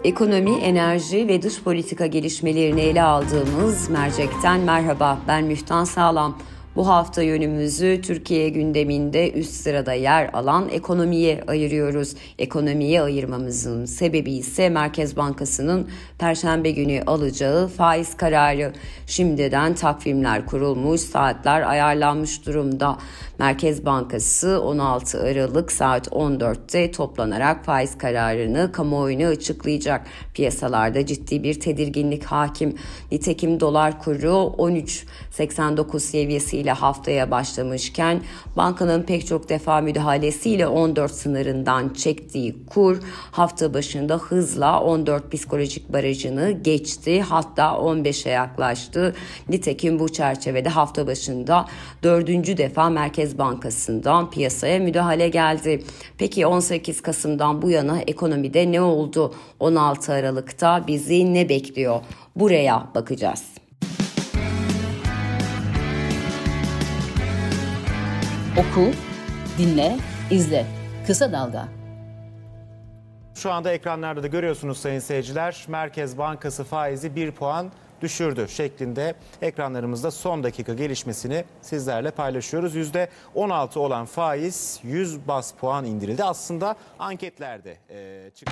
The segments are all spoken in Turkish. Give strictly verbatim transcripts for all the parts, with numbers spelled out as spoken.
Ekonomi, enerji ve dış politika gelişmelerini ele aldığımız mercekten merhaba. Ben Müftan Sağlam. Bu hafta yönümüzü Türkiye gündeminde üst sırada yer alan ekonomiye ayırıyoruz. Ekonomiye ayırmamızın sebebi ise Merkez Bankası'nın Perşembe günü alacağı faiz kararı. Şimdiden takvimler kurulmuş, saatler ayarlanmış durumda. Merkez Bankası on altı Aralık saat on dörtte toplanarak faiz kararını kamuoyuna açıklayacak. Piyasalarda ciddi bir tedirginlik hakim. Nitekim dolar kuru on üç seksen dokuz seviyesiyle haftaya başlamışken bankanın pek çok defa müdahalesiyle on dört sınırından çektiği kur hafta başında hızla on dört psikolojik barajını geçti, hatta on beşe yaklaştı. Nitekim bu çerçevede hafta başında dördüncü defa Merkez Bankası'ndan piyasaya müdahale geldi. Peki on sekiz Kasım'dan bu yana ekonomide ne oldu? on altı Aralık'ta bizi ne bekliyor? Buraya bakacağız. Oku, dinle, izle. Kısa Dalga. Şu anda ekranlarda da görüyorsunuz sayın seyirciler. Merkez Bankası faizi bir puan düşürdü şeklinde ekranlarımızda son dakika gelişmesini sizlerle paylaşıyoruz. yüzde on altı olan faiz yüz baz puan indirildi. Aslında anketlerde e, çıktı.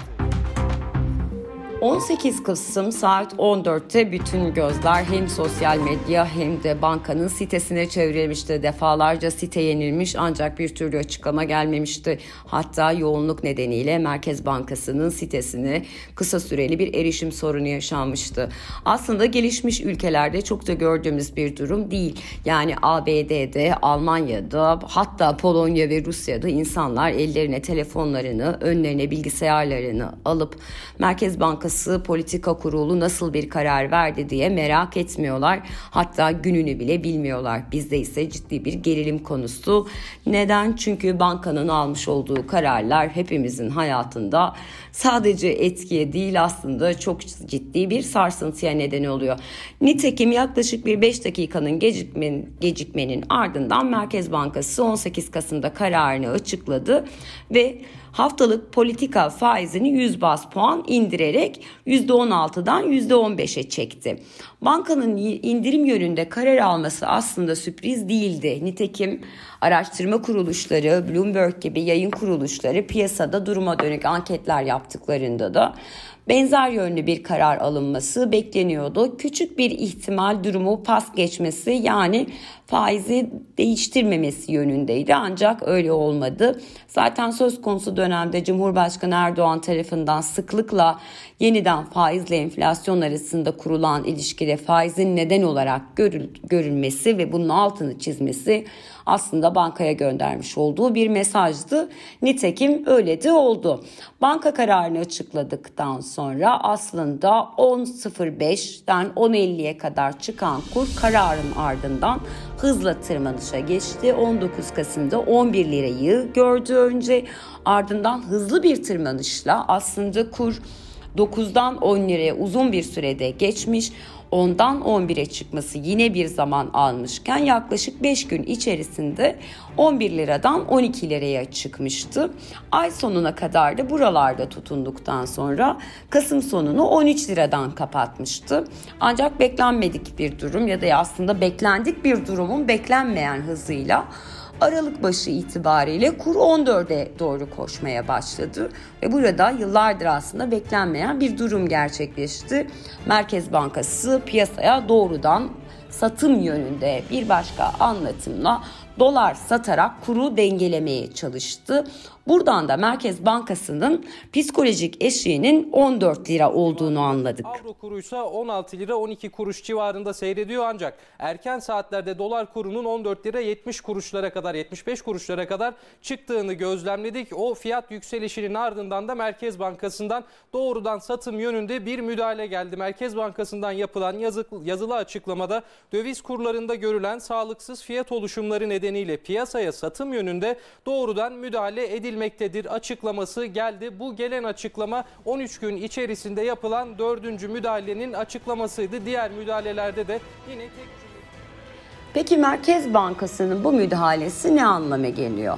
on sekiz Kasım saat on dörtte bütün gözler hem sosyal medya hem de bankanın sitesine çevrilmişti. Defalarca site yenilmiş ancak bir türlü açıklama gelmemişti. Hatta yoğunluk nedeniyle Merkez Bankası'nın sitesine kısa süreli bir erişim sorunu yaşanmıştı. Aslında gelişmiş ülkelerde çok da gördüğümüz bir durum değil. Yani A B D'de, Almanya'da, hatta Polonya ve Rusya'da insanlar ellerine telefonlarını, önlerine bilgisayarlarını alıp Merkez Bankası Politika Kurulu nasıl bir karar verdi diye merak etmiyorlar. Hatta gününü bile bilmiyorlar. Bizde ise ciddi bir gerilim konusu. Neden? Çünkü bankanın almış olduğu kararlar hepimizin hayatında sadece etkiye değil aslında çok ciddi bir sarsıntıya neden oluyor. Nitekim yaklaşık bir beş dakikanın gecikmenin, gecikmenin ardından Merkez Bankası on sekiz Kasım'da kararını açıkladı ve haftalık politika faizini yüz baz puan indirerek yüzde on altıdan yüzde on beşe çekti. Bankanın indirim yönünde karar alması aslında sürpriz değildi. Nitekim araştırma kuruluşları, Bloomberg gibi yayın kuruluşları piyasada duruma dönük anketler yaptıklarında da benzer yönlü bir karar alınması bekleniyordu. Küçük bir ihtimal durumu pas geçmesi, yani faizi değiştirmemesi yönündeydi, ancak öyle olmadı. Zaten söz konusu dönemde Cumhurbaşkanı Erdoğan tarafından sıklıkla yeniden faizle enflasyon arasında kurulan ilişkide faizin neden olarak görül, görülmesi ve bunun altını çizmesi aslında bankaya göndermiş olduğu bir mesajdı. Nitekim öyle de oldu. Banka kararını açıkladıktan sonra aslında on sıfır beşten on elliye kadar çıkan kur kararın ardından hızla tırmanışa geçti. on dokuz Kasım'da on bir lirayı gördü önce, ardından hızlı bir tırmanışla aslında kur dokuzdan on liraya uzun bir sürede geçmiş. ondan on bire çıkması yine bir zaman almışken yaklaşık beş gün içerisinde on bir liradan on iki liraya çıkmıştı. Ay sonuna kadar da buralarda tutunduktan sonra Kasım sonunu on üç liradan kapatmıştı. Ancak beklenmedik bir durum ya da aslında beklendik bir durumun beklenmeyen hızıyla Aralık başı itibariyle kur on dörde doğru koşmaya başladı ve burada yıllardır aslında beklenmeyen bir durum gerçekleşti. Merkez Bankası piyasaya doğrudan satım yönünde bir başka anlatımla dolar satarak kuru dengelemeye çalıştı. Buradan da Merkez Bankası'nın psikolojik eşiğinin on dört lira olduğunu anladık. Avro kuruysa on altı lira on iki kuruş civarında seyrediyor, ancak erken saatlerde dolar kurunun on dört lira yetmiş kuruşlara kadar, yetmiş beş kuruşlara kadar çıktığını gözlemledik. O fiyat yükselişinin ardından da Merkez Bankası'ndan doğrudan satım yönünde bir müdahale geldi. Merkez Bankası'ndan yapılan yazı, yazılı açıklamada döviz kurlarında görülen sağlıksız fiyat oluşumları nedeniyle piyasaya satım yönünde doğrudan müdahale edilmektedir açıklaması geldi. Bu gelen açıklama on üç gün içerisinde yapılan dördüncü müdahalenin açıklamasıydı. Diğer müdahalelerde de yine tek... Peki Merkez Bankası'nın bu müdahalesi ne anlama geliyor?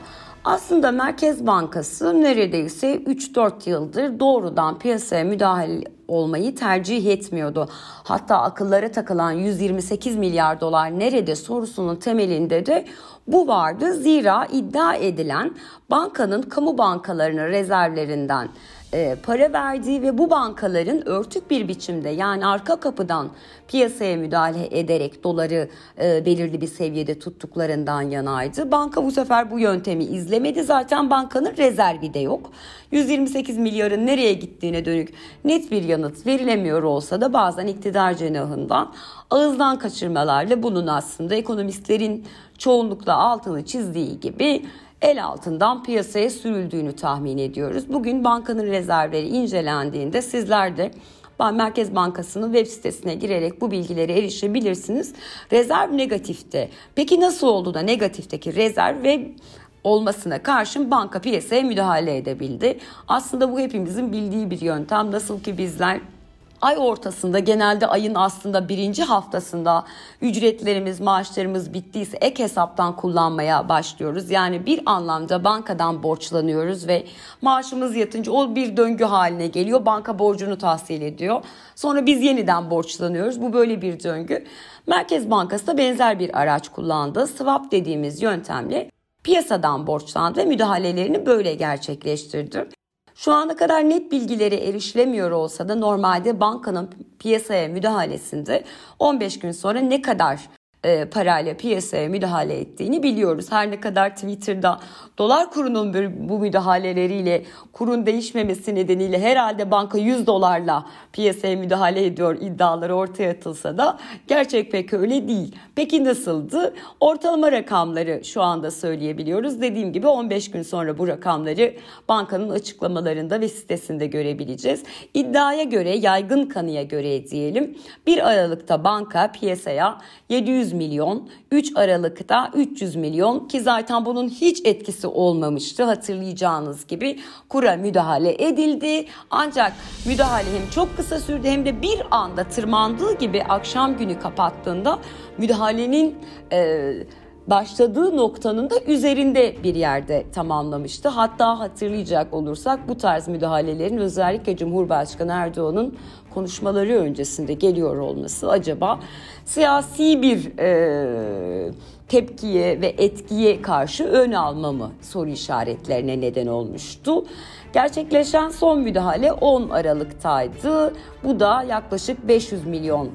Aslında Merkez Bankası neredeyse üç dört yıldır doğrudan piyasaya müdahale olmayı tercih etmiyordu. Hatta akıllara takılan yüz yirmi sekiz milyar dolar nerede sorusunun temelinde de bu vardı. Zira iddia edilen bankanın kamu bankalarının rezervlerinden e, para verdiği ve bu bankaların örtük bir biçimde, yani arka kapıdan piyasaya müdahale ederek doları e, belirli bir seviyede tuttuklarından yanaydı. Banka bu sefer bu yöntemi izlemedi. Zaten bankanın rezervi de yok. yüz yirmi sekiz milyarın nereye gittiğine dönük net bir yanıt verilemiyor olsa da bazen iktidar cenahından ağızdan kaçırmalarla bunun aslında ekonomistlerin çoğunlukla altını çizdiği gibi el altından piyasaya sürüldüğünü tahmin ediyoruz. Bugün bankanın rezervleri incelendiğinde sizler de Merkez Bankası'nın web sitesine girerek bu bilgilere erişebilirsiniz. Rezerv negatifte. Peki nasıl oldu da negatifteki rezerv ve olmasına karşın banka piyasaya müdahale edebildi? Aslında bu hepimizin bildiği bir yöntem. Nasıl ki bizler ay ortasında, genelde ayın aslında birinci haftasında ücretlerimiz, maaşlarımız bittiyse ek hesaptan kullanmaya başlıyoruz. Yani bir anlamda bankadan borçlanıyoruz ve maaşımız yatınca o bir döngü haline geliyor. Banka borcunu tahsil ediyor. Sonra biz yeniden borçlanıyoruz. Bu böyle bir döngü. Merkez Bankası da benzer bir araç kullandı. Swap dediğimiz yöntemle piyasadan borçlandı ve müdahalelerini böyle gerçekleştirdi. Şu ana kadar net bilgilere erişilemiyor olsa da normalde bankanın piyasaya müdahalesinde on beş gün sonra ne kadar e, parayla piyasaya müdahale ettiğini biliyoruz. Her ne kadar Twitter'da dolar kurunun bu müdahaleleriyle kurun değişmemesi nedeniyle herhalde banka yüz dolarla piyasaya müdahale ediyor iddiaları ortaya atılsa da gerçek pek öyle değil. Peki nasıldı? Ortalama rakamları şu anda söyleyebiliyoruz. Dediğim gibi on beş gün sonra bu rakamları bankanın açıklamalarında ve sitesinde görebileceğiz. İddiaya göre, yaygın kanıya göre diyelim, bir Aralık'ta banka piyasaya yedi yüz milyon, üç Aralık'ta üç yüz milyon, ki zaten bunun hiç etkisi olmamıştı. Hatırlayacağınız gibi kura müdahale edildi. Ancak müdahale hem çok kısa sürdü hem de bir anda tırmandığı gibi akşam günü kapattığında müdahalenin e, başladığı noktanın da üzerinde bir yerde tamamlamıştı. Hatta hatırlayacak olursak bu tarz müdahalelerin özellikle Cumhurbaşkanı Erdoğan'ın konuşmaları öncesinde geliyor olması acaba siyasi bir e, tepkiye ve etkiye karşı ön alma mı soru işaretlerine neden olmuştu. Gerçekleşen son müdahale on Aralık'taydı. Bu da yaklaşık beş yüz milyon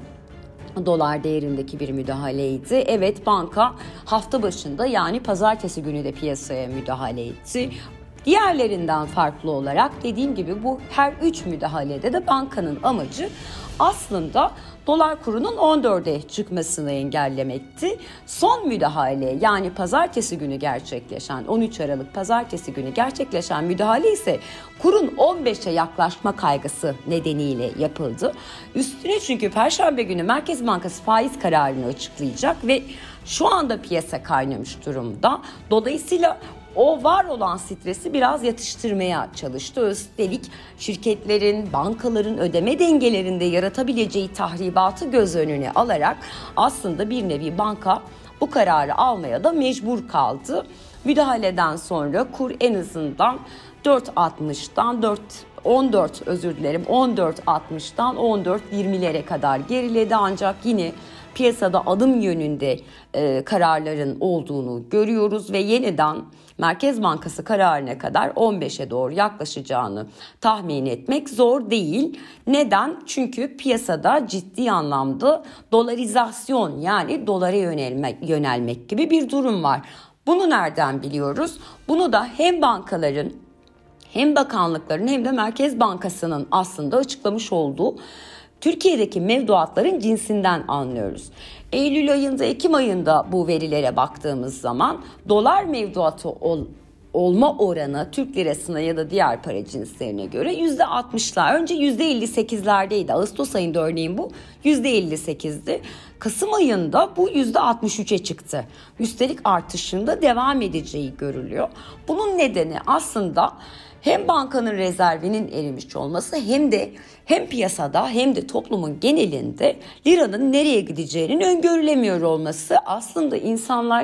dolar değerindeki bir müdahaleydi. Evet, banka hafta başında, yani pazartesi günü de piyasaya müdahale etti. Diğerlerinden farklı olarak dediğim gibi bu her üç müdahalede de bankanın amacı aslında dolar kurunun on dörde çıkmasını engellemekti. Son müdahale, yani pazartesi günü gerçekleşen, on üç Aralık pazartesi günü gerçekleşen müdahale ise kurun on beşe yaklaşma kaygısı nedeniyle yapıldı. Üstüne çünkü Perşembe günü Merkez Bankası faiz kararını açıklayacak ve şu anda piyasa kaynamış durumda. Dolayısıyla o var olan stresi biraz yatıştırmaya çalıştı. Üstelik şirketlerin, bankaların ödeme dengelerinde yaratabileceği tahribatı göz önüne alarak aslında bir nevi banka bu kararı almaya da mecbur kaldı. Müdahaleden sonra kur en azından dört altmıştan dört on dört özür dilerim on dört altmıştan on dört yirmilere kadar geriledi, ancak yine piyasada adım yönünde e, kararların olduğunu görüyoruz ve yeniden Merkez Bankası kararına kadar on beşe doğru yaklaşacağını tahmin etmek zor değil. Neden? Çünkü piyasada ciddi anlamda dolarizasyon, yani dolara yönelmek, yönelmek gibi bir durum var. Bunu nereden biliyoruz? Bunu da hem bankaların hem bakanlıkların hem de Merkez Bankası'nın aslında açıklamış olduğu Türkiye'deki mevduatların cinsinden anlıyoruz. Eylül ayında, Ekim ayında bu verilere baktığımız zaman dolar mevduatı ol, olma oranı Türk lirasına ya da diğer para cinslerine göre yüzde altmışlar. Önce yüzde elli sekizlerdeydi. Ağustos ayında örneğin bu yüzde elli sekizdi. Kasım ayında bu yüzde altmış üçe çıktı. Üstelik artışında devam edeceği görülüyor. Bunun nedeni aslında hem bankanın rezervinin erimiş olması hem de hem piyasada hem de toplumun genelinde liranın nereye gideceğinin öngörülemiyor olması. Aslında insanlar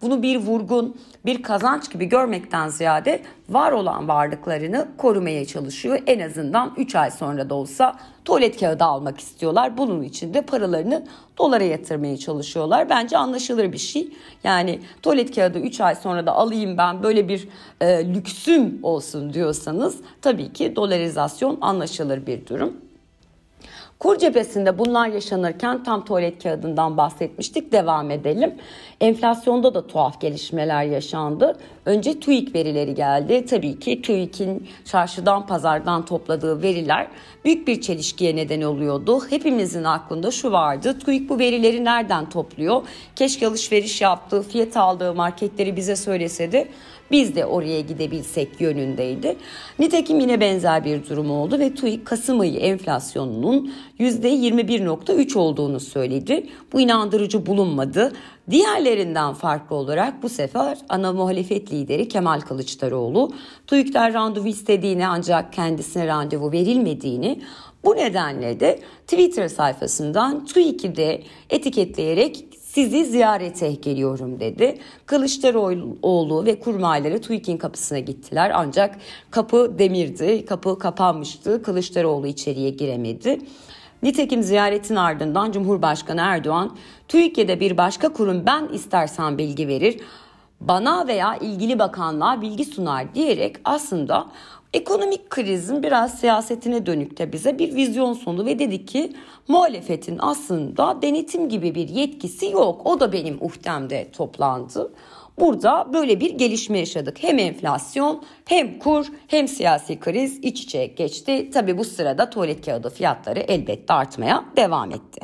bunu bir vurgun, bir kazanç gibi görmekten ziyade var olan varlıklarını korumaya çalışıyor. En azından üç ay sonra da olsa tuvalet kağıdı almak istiyorlar. Bunun için de paralarını dolara yatırmaya çalışıyorlar. Bence anlaşılır bir şey. Yani tuvalet kağıdı üç ay sonra da alayım ben, böyle bir e, lüksüm olsun diyorsanız tabii ki dolarizasyon anlaşılır bir durum. Kur cephesinde bunlar yaşanırken tam tuvalet kağıdından bahsetmiştik. Devam edelim. Enflasyonda da tuhaf gelişmeler yaşandı. Önce TÜİK verileri geldi. Tabii ki TÜİK'in çarşıdan pazardan topladığı veriler büyük bir çelişkiye neden oluyordu. Hepimizin aklında şu vardı: TÜİK bu verileri nereden topluyor? Keşke alışveriş yaptığı, fiyat aldığı marketleri bize söylese de biz de oraya gidebilsek yönündeydi. Nitekim yine benzer bir durum oldu ve TÜİK Kasım ayı enflasyonunun yüzde yirmi bir nokta üç olduğunu söyledi. Bu inandırıcı bulunmadı. Diğerlerinden farklı olarak bu sefer ana muhalefet lideri Kemal Kılıçdaroğlu TÜİK'ten randevu istediğini ancak kendisine randevu verilmediğini, bu nedenle de Twitter sayfasından TÜİK'i de etiketleyerek sizi ziyarete geliyorum dedi. Kılıçdaroğlu ve kurmayları TÜİK'in kapısına gittiler ancak kapı demirdi, kapı kapanmıştı. Kılıçdaroğlu içeriye giremedi. Nitekim ziyaretin ardından Cumhurbaşkanı Erdoğan, TÜİK'e bir başka kurum ben istersen bilgi verir, bana veya ilgili bakanlığa bilgi sunar diyerek aslında ekonomik krizin biraz siyasetine dönük de bize bir vizyon sundu ve dedi ki muhalefetin aslında denetim gibi bir yetkisi yok. O da benim uhdemde toplandı. Burada böyle bir gelişme yaşadık. Hem enflasyon hem kur hem siyasi kriz iç içe geçti. Tabii bu sırada tuvalet kağıdı fiyatları elbette artmaya devam etti.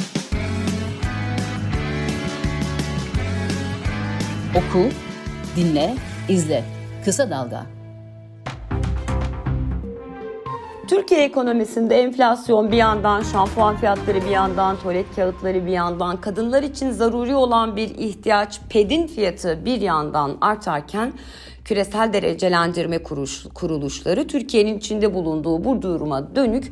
Oku, dinle, izle. Kısa Dalga. Türkiye ekonomisinde enflasyon bir yandan, şampuan fiyatları bir yandan, tuvalet kağıtları bir yandan, kadınlar için zaruri olan bir ihtiyaç pedin fiyatı bir yandan artarken küresel derecelendirme kuruluşları Türkiye'nin içinde bulunduğu bu duruma dönük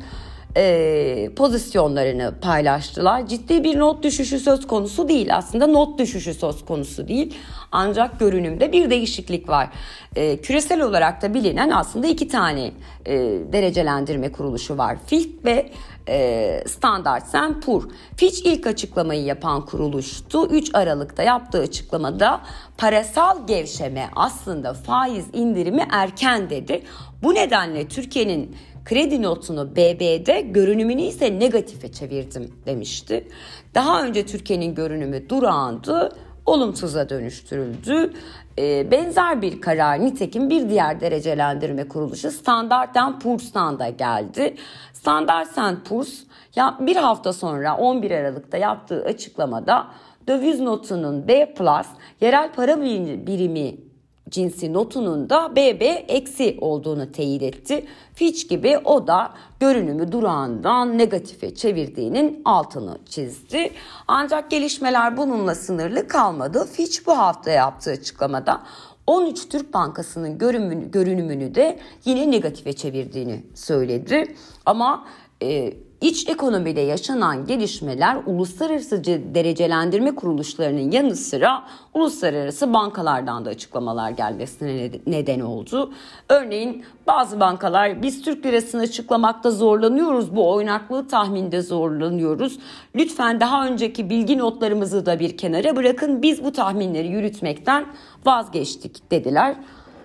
e, pozisyonlarını paylaştılar. Ciddi bir not düşüşü söz konusu değil. Aslında not düşüşü söz konusu değil. Ancak görünümde bir değişiklik var. E, küresel olarak da bilinen aslında iki tane e, derecelendirme kuruluşu var. Fitch ve e, Standard and Poor. Fitch ilk açıklamayı yapan kuruluştu. üç Aralık'ta yaptığı açıklamada parasal gevşeme, aslında faiz indirimi erken dedi. Bu nedenle Türkiye'nin kredi notunu B B'de, görünümünü ise negatife çevirdim demişti. Daha önce Türkiye'nin görünümü durağandı, olumsuza dönüştürüldü. E, benzer bir karar nitekim bir diğer derecelendirme kuruluşu Standard and Poor's'tan da geldi. Standard and Poor's ya bir hafta sonra on bir Aralık'ta yaptığı açıklamada döviz notunun B plus, yerel para birimi cinsi notunun da B B eksi olduğunu teyit etti. Fitch gibi o da görünümü durağından negatife çevirdiğinin altını çizdi. Ancak gelişmeler bununla sınırlı kalmadı. Fitch bu hafta yaptığı açıklamada on üç Türk Bankası'nın görünümünü, görünümünü de yine negatife çevirdiğini söyledi. Ama e, İç ekonomide yaşanan gelişmeler uluslararası derecelendirme kuruluşlarının yanı sıra uluslararası bankalardan da açıklamalar gelmesine neden oldu. Örneğin bazı bankalar biz Türk lirasını açıklamakta zorlanıyoruz, bu oynaklığı tahminde zorlanıyoruz. Lütfen daha önceki bilgi notlarımızı da bir kenara bırakın, biz bu tahminleri yürütmekten vazgeçtik dediler.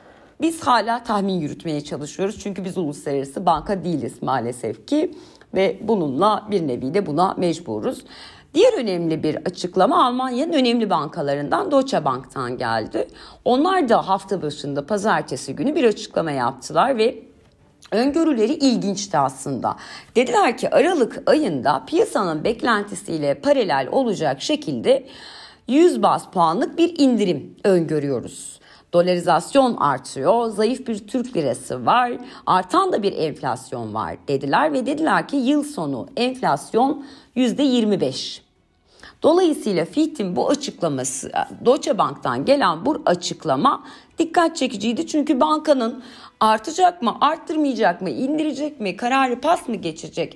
Biz hala tahmin yürütmeye çalışıyoruz çünkü biz uluslararası banka değiliz maalesef ki. Ve bununla bir nevi de buna mecburuz. Diğer önemli bir açıklama Almanya'nın önemli bankalarından Deutsche Bank'tan geldi. Onlar da hafta başında pazartesi günü bir açıklama yaptılar ve öngörüleri ilginçti aslında. Dediler ki Aralık ayında piyasanın beklentisiyle paralel olacak şekilde yüz baz puanlık bir indirim öngörüyoruz. Dolarizasyon artıyor, zayıf bir Türk lirası var, artan da bir enflasyon var dediler ve dediler ki yıl sonu enflasyon yüzde yirmi beş. Dolayısıyla Fitch'in bu açıklaması, Deutsche Bank'tan gelen bu açıklama dikkat çekiciydi. Çünkü bankanın artacak mı, arttırmayacak mı, indirecek mi, kararı pas mı geçecek?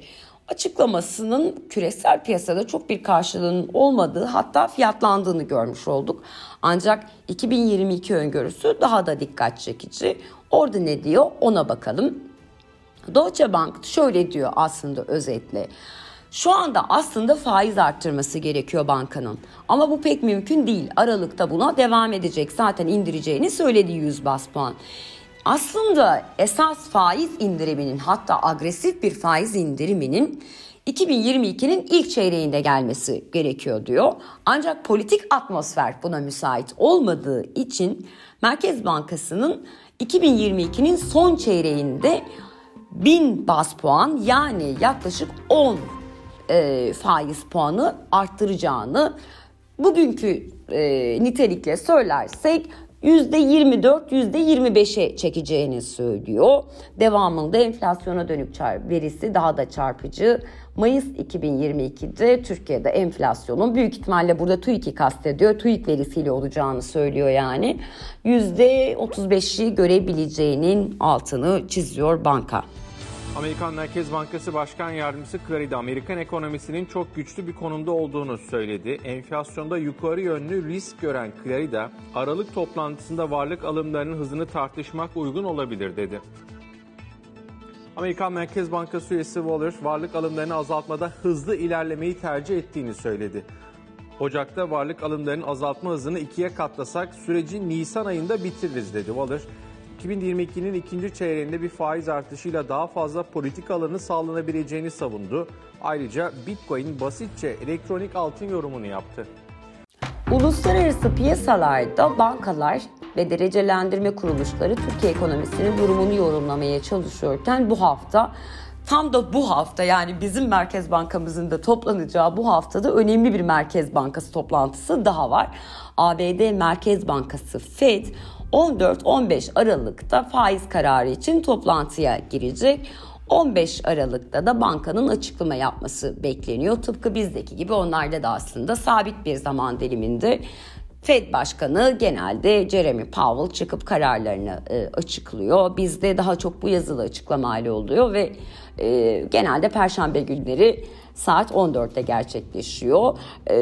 açıklamasının küresel piyasada çok bir karşılığının olmadığı, hatta fiyatlandığını görmüş olduk. Ancak iki bin yirmi iki öngörüsü daha da dikkat çekici. Orada ne diyor ona bakalım. Deutsche Bank şöyle diyor aslında özetle. Şu anda aslında faiz arttırması gerekiyor bankanın. Ama bu pek mümkün değil. Aralıkta buna devam edecek. Zaten indireceğini söyledi yüz bas puan. Aslında esas faiz indiriminin, hatta agresif bir faiz indiriminin iki bin yirmi ikinin ilk çeyreğinde gelmesi gerekiyor diyor. Ancak politik atmosfer buna müsait olmadığı için Merkez Bankası'nın iki bin yirmi ikinin son çeyreğinde bin bas puan, yani yaklaşık on e, faiz puanı arttıracağını, bugünkü e, nitelikle söylersek yüzde yirmi dört yüzde yirmi beşe çekeceğini söylüyor. Devamında enflasyona dönük verisi daha da çarpıcı. Mayıs iki bin yirmi ikide Türkiye'de enflasyonun, büyük ihtimalle burada TÜİK'i kastediyor, TÜİK verisiyle olacağını söylüyor yani. yüzde otuz beşi görebileceğinin altını çiziyor banka. Amerikan Merkez Bankası Başkan Yardımcısı Clarida, Amerikan ekonomisinin çok güçlü bir konumda olduğunu söyledi. Enflasyonda yukarı yönlü risk gören Clarida, Aralık toplantısında varlık alımlarının hızını tartışmak uygun olabilir dedi. Amerikan Merkez Bankası üyesi Waller, varlık alımlarını azaltmada hızlı ilerlemeyi tercih ettiğini söyledi. Ocak'ta varlık alımlarının azaltma hızını ikiye katlasak süreci Nisan ayında bitiririz dedi Waller. iki bin yirmi ikinin ikinci çeyreğinde bir faiz artışıyla daha fazla politika alanı sağlanabileceğini savundu. Ayrıca Bitcoin basitçe elektronik altın yorumunu yaptı. Uluslararası piyasalarda bankalar ve derecelendirme kuruluşları Türkiye ekonomisinin durumunu yorumlamaya çalışıyorken bu hafta, tam da bu hafta, yani bizim Merkez Bankamızın da toplanacağı bu haftada önemli bir Merkez Bankası toplantısı daha var. A B D Merkez Bankası Fed on dört on beş Aralık'ta faiz kararı için toplantıya girecek. on beş Aralık'ta da bankanın açıklama yapması bekleniyor. Tıpkı bizdeki gibi onlarda da aslında sabit bir zaman diliminde Fed Başkanı genelde Jeremy Powell çıkıp kararlarını e, açıklıyor. Bizde daha çok bu yazılı açıklama hali oluyor ve e, genelde Perşembe günleri saat on dörtte gerçekleşiyor.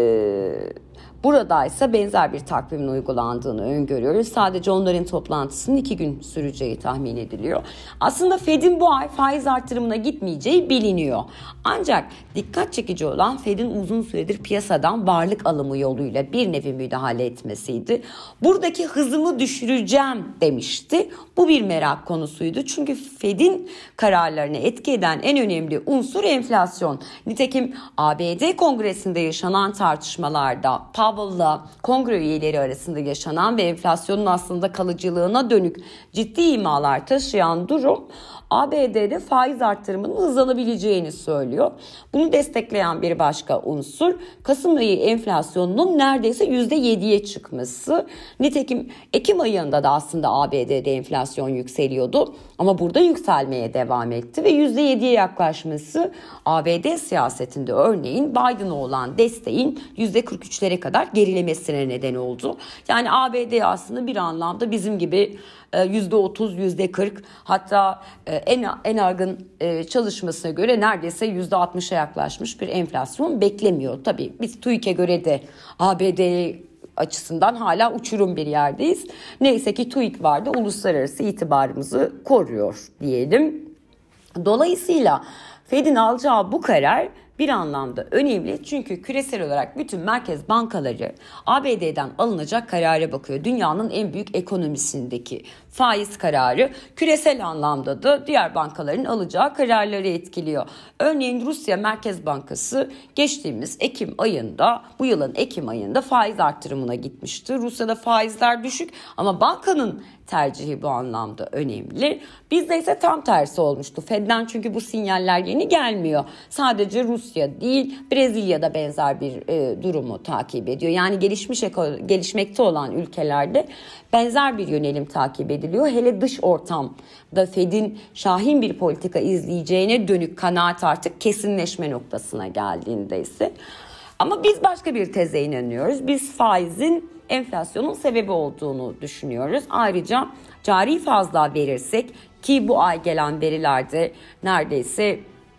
E, Burada ise benzer bir takvimin uygulandığını öngörüyoruz. Sadece onların toplantısının iki gün süreceği tahmin ediliyor. Aslında Fed'in bu ay faiz artırımına gitmeyeceği biliniyor. Ancak dikkat çekici olan Fed'in uzun süredir piyasadan varlık alımı yoluyla bir nevi müdahale etmesiydi. Buradaki hızımı düşüreceğim demişti. Bu bir merak konusuydu. Çünkü Fed'in kararlarını etki eden en önemli unsur enflasyon. Nitekim A B D Kongresi'nde yaşanan tartışmalarda Powell'la kongre üyeleri arasında yaşanan ve enflasyonun aslında kalıcılığına dönük ciddi imalar taşıyan durum A B D'de faiz artırımının hızlanabileceğini söylüyor. Bunu destekleyen bir başka unsur Kasım ayı enflasyonunun neredeyse yüzde yediye çıkması. Nitekim Ekim ayında da aslında A B D'de enflasyon yükseliyordu ama burada yükselmeye devam etti ve yüzde yediye yaklaşması A B D siyasetinde örneğin Biden'a olan desteğin yüzde kırk üçlere kadar gerilemesine neden oldu. Yani A B D aslında bir anlamda bizim gibi yüzde otuz, yüzde kırk, hatta en, en argın çalışmasına göre neredeyse yüzde altmışa yaklaşmış bir enflasyon beklemiyor. Tabii biz TÜİK'e göre de A B D açısından hala uçurum bir yerdeyiz. Neyse ki TÜİK var da uluslararası itibarımızı koruyor diyelim. Dolayısıyla Fed'in alacağı bu karar bir anlamda önemli, çünkü küresel olarak bütün merkez bankaları A B D'den alınacak karara bakıyor. Dünyanın en büyük ekonomisindeki faiz kararı küresel anlamda da diğer bankaların alacağı kararları etkiliyor. Örneğin Rusya Merkez Bankası geçtiğimiz Ekim ayında, bu yılın Ekim ayında faiz artırımına gitmişti. Rusya'da faizler düşük ama bankanın tercihi bu anlamda önemli. Bizde ise tam tersi olmuştu. Fed'den çünkü bu sinyaller yeni gelmiyor. Sadece Rusya değil, Brezilya'da benzer bir e, durumu takip ediyor. Yani gelişmiş gelişmekte olan ülkelerde benzer bir yönelim takip ediliyor. Hele dış ortamda Fed'in şahin bir politika izleyeceğine dönük kanaat artık kesinleşme noktasına geldiğinde ise. Ama biz başka bir teze inanıyoruz. Biz faizin enflasyonun sebebi olduğunu düşünüyoruz. Ayrıca cari fazla verirsek, ki bu ay gelen verilerde neredeyse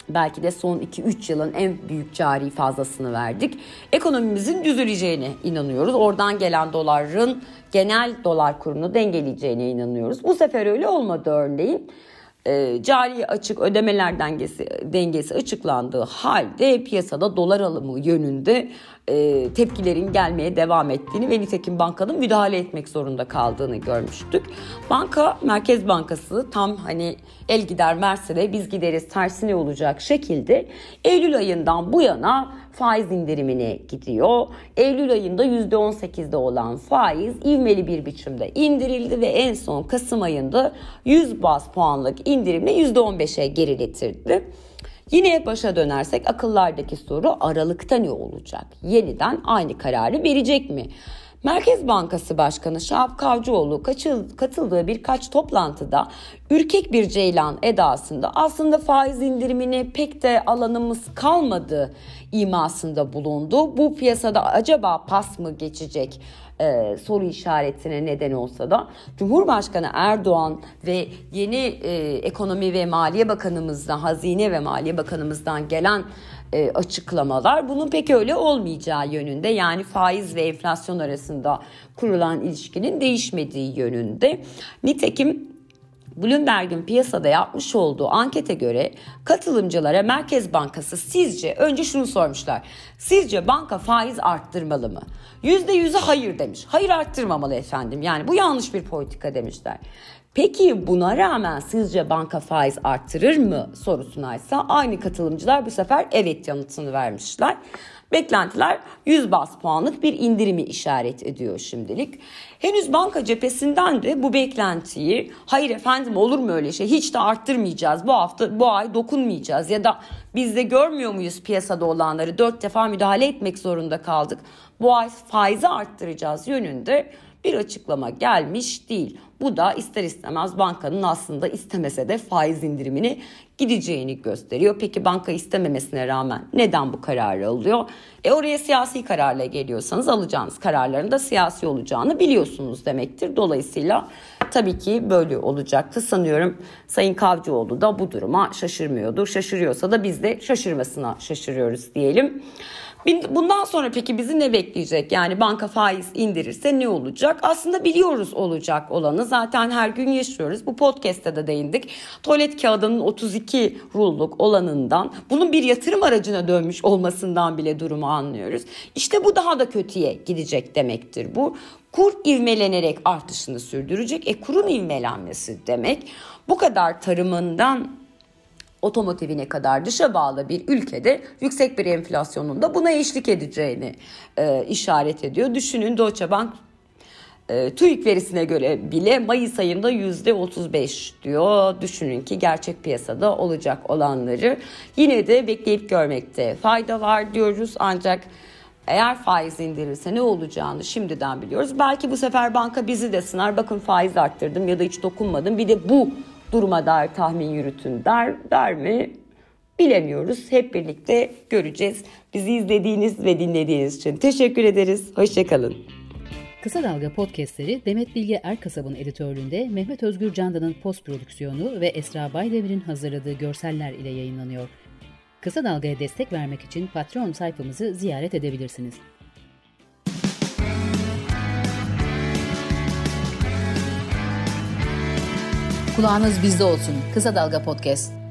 Belki de son iki üç yılın en büyük cari fazlasını verdik. Ekonomimizin düzeleceğine inanıyoruz. Oradan gelen doların genel dolar kurunu dengeleyeceğine inanıyoruz. Bu sefer öyle olmadı örneğin. E, cari açık ödemeler dengesi, dengesi açıklandığı halde piyasada dolar alımı yönünde e, tepkilerin gelmeye devam ettiğini ve nitekim bankanın müdahale etmek zorunda kaldığını görmüştük. Banka, Merkez Bankası tam hani el gider verse de biz gideriz tersine olacak şekilde Eylül ayından bu yana faiz indirimine gidiyor. Eylül ayında yüzde on sekizde olan faiz ivmeli bir biçimde indirildi ve en son Kasım ayında yüz baz puanlık indirimle yüzde on beşe geriletirdi. Yine başa dönersek akıllardaki soru Aralık'ta ne olacak? Yeniden aynı kararı verecek mi? Merkez Bankası Başkanı Şahap Kavcıoğlu katıldığı birkaç toplantıda ürkek bir ceylan edasında aslında faiz indirimine pek de alanımız kalmadı imasında bulundu. Bu piyasada acaba pas mı geçecek e, soru işaretine neden olsa da Cumhurbaşkanı Erdoğan ve yeni e, Ekonomi ve Maliye Bakanımızdan, Hazine ve Maliye Bakanımızdan gelen e, açıklamalar bunun pek öyle olmayacağı yönünde. Yani faiz ve enflasyon arasında kurulan ilişkinin değişmediği yönünde. Nitekim Bloomberg'in piyasada yapmış olduğu ankete göre katılımcılara Merkez Bankası sizce, önce şunu sormuşlar. Sizce banka faiz arttırmalı mı? yüzde yüzü hayır demiş. Hayır arttırmamalı efendim. Yani bu yanlış bir politika demişler. Peki buna rağmen sizce banka faiz arttırır mı sorusuna ise aynı katılımcılar bu sefer evet yanıtını vermişler. Beklentiler yüz baz puanlık bir indirimi işaret ediyor şimdilik. Henüz banka cephesinden de bu beklentiyi hayır efendim olur mu öyle şey hiç de arttırmayacağız bu hafta bu ay dokunmayacağız ya da biz de görmüyor muyuz piyasada olanları dört defa müdahale etmek zorunda kaldık. Bu ay faizi arttıracağız yönünde bir açıklama gelmiş değil. Bu da ister istemez bankanın aslında istemese de faiz indirimini gideceğini gösteriyor. Peki banka istememesine rağmen neden bu kararı alıyor? E oraya siyasi kararla geliyorsanız alacağınız kararların da siyasi olacağını biliyorsunuz demektir. Dolayısıyla tabii ki böyle olacaktı. Sanıyorum Sayın Kavcıoğlu da bu duruma şaşırmıyordur. Şaşırıyorsa da biz de şaşırmasına şaşırıyoruz diyelim. Bundan sonra peki bizi ne bekleyecek? Yani banka faiz indirirse ne olacak? Aslında biliyoruz olacak olanı. Zaten her gün yaşıyoruz. Bu podcast'te de değindik. Tuvalet kağıdının otuz iki rulluk olanından, bunun bir yatırım aracına dönmüş olmasından bile durumu anlıyoruz. İşte bu daha da kötüye gidecek demektir bu. Kur ivmelenerek artışını sürdürecek. E kurun ivmelenmesi demek bu kadar tarımından otomotivine kadar dışa bağlı bir ülkede yüksek bir enflasyonun da buna eşlik edeceğini e, işaret ediyor. Düşünün Deutsche Bank e, TÜİK verisine göre bile Mayıs ayında yüzde otuz beş diyor. Düşünün ki gerçek piyasada olacak olanları yine de bekleyip görmekte fayda var diyoruz. Ancak eğer faiz indirirse ne olacağını şimdiden biliyoruz. Belki bu sefer banka bizi de sınar. Bakın faiz arttırdım ya da hiç dokunmadım. Bir de bu duruma dair tahmin yürütün der, der mi? Bilemiyoruz. Hep birlikte göreceğiz. Bizi izlediğiniz ve dinlediğiniz için teşekkür ederiz. Hoşçakalın. Kısa Dalga podcastleri Demet Bilge Erkasab'ın editörlüğünde Mehmet Özgür Candan'ın post prodüksiyonu ve Esra Baydemir'in hazırladığı görseller ile yayınlanıyor. Kısa Dalga'ya destek vermek için Patreon sayfamızı ziyaret edebilirsiniz. Kulağınız bizde olsun. Kısa Dalga Podcast.